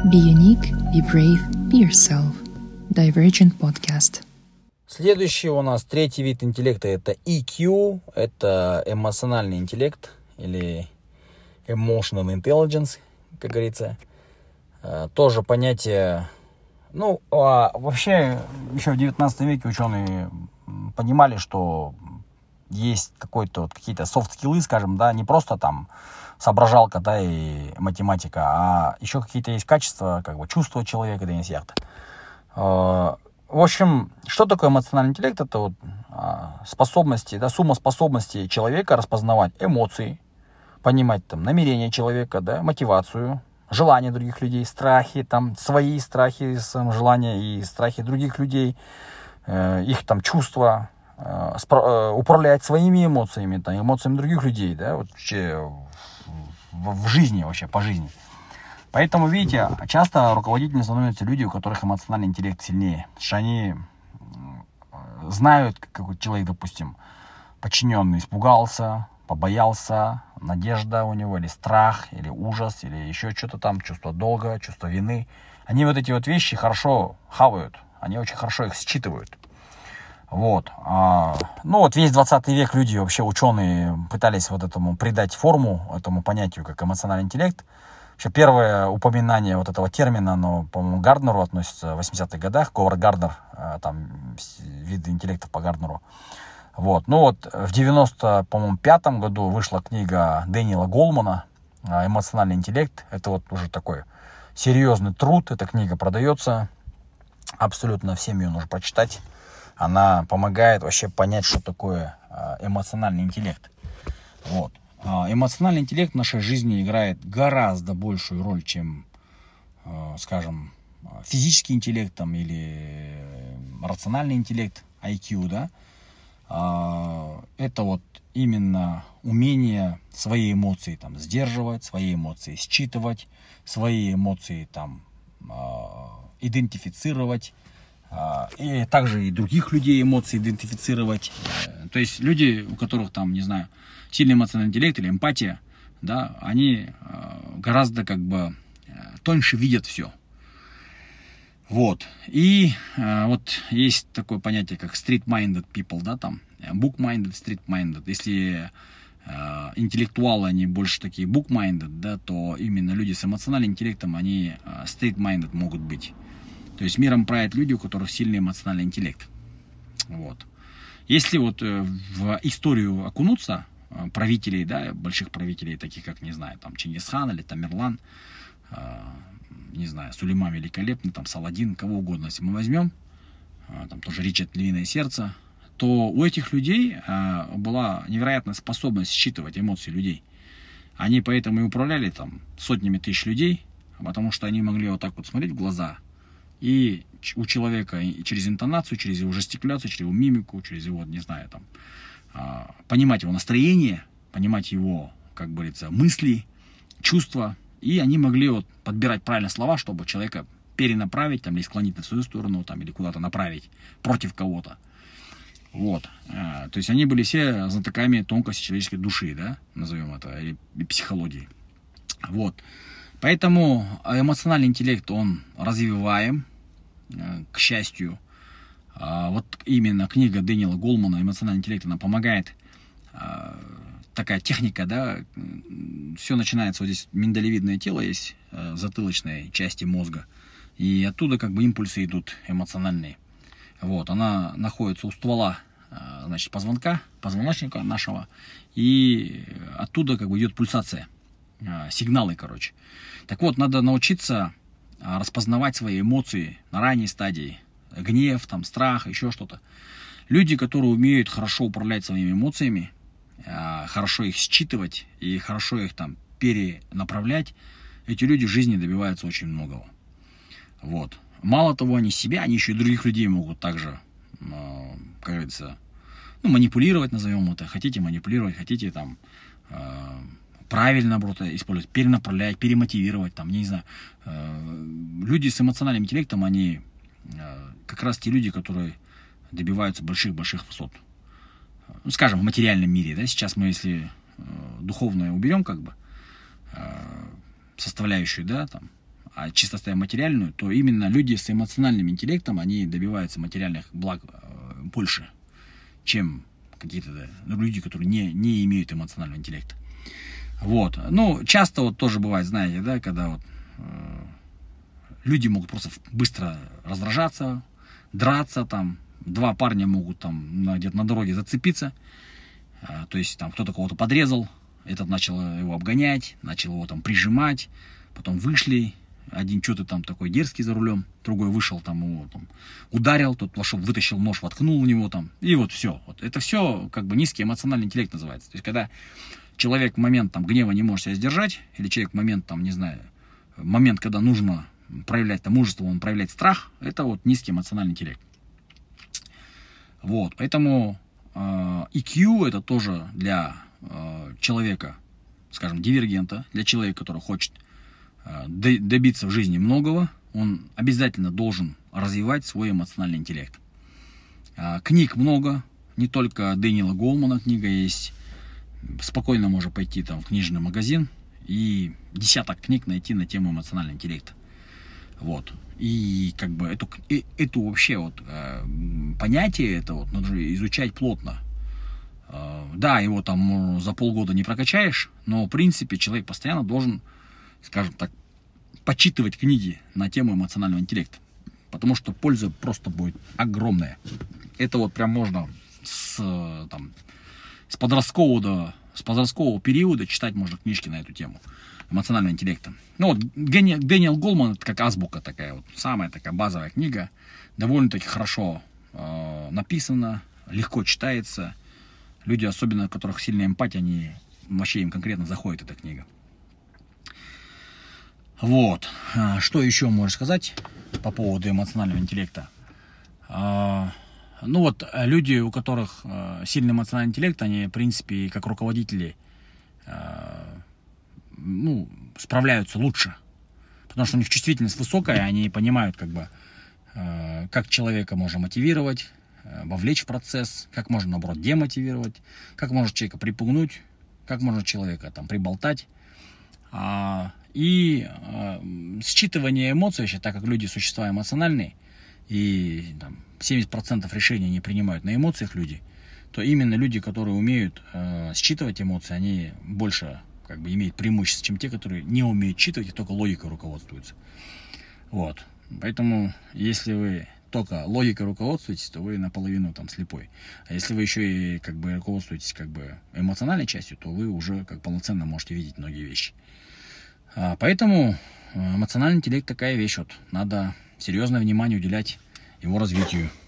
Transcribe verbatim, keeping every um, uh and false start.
Be unique, be brave, be yourself. Divergent Podcast. Следующий у нас третий вид интеллекта — это и кью, это эмоциональный интеллект или emotional intelligence, как говорится. Тоже понятие, ну, а вообще еще в девятнадцатом веке ученые понимали, что есть какой-то вот какие-то софт-скиллы, скажем, да, не просто там соображалка, да, и математика, а еще какие-то есть качества, как бы чувства человека, да, инсекта. В общем, что такое эмоциональный интеллект? Это вот способности, да, сумма способностей человека распознавать эмоции, понимать там намерения человека, да, мотивацию, желания других людей, страхи, там свои страхи, желания и страхи других людей, их там чувства, управлять своими эмоциями, там, эмоциями других людей, да, вот вообще в, в жизни вообще, по жизни. Поэтому, видите, часто руководителями становятся люди, у которых эмоциональный интеллект сильнее. Потому что они знают, как человек, допустим, подчиненный испугался, побоялся, надежда у него, или страх, или ужас, или еще что-то там, чувство долга, чувство вины. Они вот эти вот вещи хорошо хавают, они очень хорошо их считывают. Вот. А, ну вот весь двадцатый век люди, вообще ученые, пытались вот этому придать форму, этому понятию, как эмоциональный интеллект. Вообще первое упоминание вот этого термина, оно, по-моему, Гарднеру относится в восьмидесятых годах, Говард Гарднер, там виды интеллекта по Гарднеру. Вот. Ну вот в девяносто пятом году вышла книга Дэниела Голмана «Эмоциональный интеллект». Это вот уже такой серьезный труд, эта книга продается, абсолютно всем ее нужно прочитать. Она помогает вообще понять, что такое эмоциональный интеллект. Вот. Эмоциональный интеллект в нашей жизни играет гораздо большую роль, чем, скажем, физический интеллект там, или рациональный интеллект, ай кью, да. Это вот именно умение свои эмоции там сдерживать, свои эмоции считывать, свои эмоции там идентифицировать, и также и других людей эмоции идентифицировать. То есть люди, у которых там, не знаю, сильный эмоциональный интеллект или эмпатия, да, они гораздо как бы тоньше видят все. Вот. И э, вот есть такое понятие, как street-minded people, да, там, book-minded, street-minded. Если э, интеллектуалы, они больше такие book-minded, да, то именно люди с эмоциональным интеллектом, они э, street-minded могут быть. То есть миром правят люди, у которых сильный эмоциональный интеллект. Вот. Если вот э, в историю окунуться, э, правителей, да, больших правителей, таких как, не знаю, там, Чингисхан или Тамерлан, э, не знаю, Сулейман Великолепный, там, Саладин, кого угодно, если мы возьмем, там тоже Ричард Львиное Сердце, то у этих людей а, была невероятная способность считывать эмоции людей. Они поэтому и управляли там сотнями тысяч людей, потому что они могли вот так вот смотреть в глаза, и у человека и через интонацию, через его жестикуляцию, через его мимику, через его, не знаю, там, а, понимать его настроение, понимать его, как говорится, мысли, чувства. И они могли вот подбирать правильно слова, чтобы человека перенаправить, там, или склонить на свою сторону, там, или куда-то направить против кого-то. Вот. А, то есть они были все знатоками тонкости человеческой души, да, назовем это, или психологии. Вот. Поэтому эмоциональный интеллект, он развиваем, к счастью. А, вот именно книга Дэниела Голмана «Эмоциональный интеллект», она помогает. Такая техника, да, все начинается вот здесь, миндалевидное тело есть, э, затылочной части мозга, и оттуда как бы импульсы идут эмоциональные. Вот, она находится у ствола, э, значит, позвонка, позвоночника нашего, и оттуда как бы идет пульсация, э, сигналы, короче. Так вот, надо научиться э, распознавать свои эмоции на ранней стадии, гнев, там, страх, еще что-то. Люди, которые умеют хорошо управлять своими эмоциями, хорошо их считывать и хорошо их там перенаправлять, эти люди в жизни добиваются очень многого. Вот. Мало того, они себя, они еще и других людей могут также, как говорится, ну, манипулировать, назовем это. Хотите манипулировать, хотите там правильно, наоборот, использовать, перенаправлять, перемотивировать, там, не знаю. Люди с эмоциональным интеллектом, они как раз те люди, которые добиваются больших-больших высот. Ну, скажем, в материальном мире, да, сейчас мы, если э, духовное уберем, как бы, э, составляющую, да, там, э, а чисто ставим материальную, то именно люди с эмоциональным интеллектом, они добиваются материальных благ э, больше, чем какие-то да, люди, которые не, не имеют эмоционального интеллекта. Вот. Ну, часто вот тоже бывает, знаете, да, когда вот э, люди могут просто быстро раздражаться, драться, там, два парня могут там на, где-то на дороге зацепиться, э, то есть там кто-то кого-то подрезал, этот начал его обгонять, начал его там прижимать, потом вышли, один что-то там такой дерзкий за рулем, другой вышел там его там ударил, тот вошел, вытащил нож, воткнул в него там, и вот все. Вот это все как бы низкий эмоциональный интеллект называется. То есть когда человек в момент там гнева не может себя сдержать, или человек в момент там, не знаю, момент, когда нужно проявлять там мужество, он проявляет страх, это вот низкий эмоциональный интеллект. Вот, поэтому э, и кью это тоже для э, человека, скажем, дивергента, для человека, который хочет э, добиться в жизни многого, он обязательно должен развивать свой эмоциональный интеллект. Э, книг много, не только Дэниела Голмана книга есть, спокойно можно пойти там в книжный магазин и десяток книг найти на тему эмоционального интеллекта. Вот. И как бы эту, эту вообще вот э, понятие это вот нужно изучать плотно. Э, да, его там за полгода не прокачаешь, но в принципе человек постоянно должен, скажем так, почитывать книги на тему эмоционального интеллекта. Потому что польза просто будет огромная. Это вот прям можно с, там, с подросткового до с подросткового периода читать можно книжки на эту тему эмоционального интеллекта. Ну вот Дэниел Голман это как азбука такая вот, самая такая базовая книга, довольно-таки хорошо э, написана, легко читается. Люди, особенно у которых сильная эмпатия, они вообще им конкретно заходит эта книга. Вот. Что еще можно сказать по поводу эмоционального интеллекта? Ну вот, люди, у которых сильный эмоциональный интеллект, они, в принципе, как руководители, ну, справляются лучше. Потому что у них чувствительность высокая, они понимают, как бы, как человека можно мотивировать, вовлечь в процесс, как можно, наоборот, демотивировать, как можно человека припугнуть, как можно человека там приболтать. И считывание эмоций, так как люди существа эмоциональные, и там, семьдесят процентов решений не принимают на эмоциях люди, то именно люди, которые умеют э, считывать эмоции, они больше как бы имеют преимущество, чем те, которые не умеют считывать и только логикой руководствуются. Вот. Поэтому, если вы только логикой руководствуетесь, то вы наполовину там слепой. А если вы еще и как бы руководствуетесь как бы эмоциональной частью, то вы уже как полноценно можете видеть многие вещи. А, поэтому эмоциональный интеллект такая вещь. Вот, надо серьезное внимание уделять его развитию.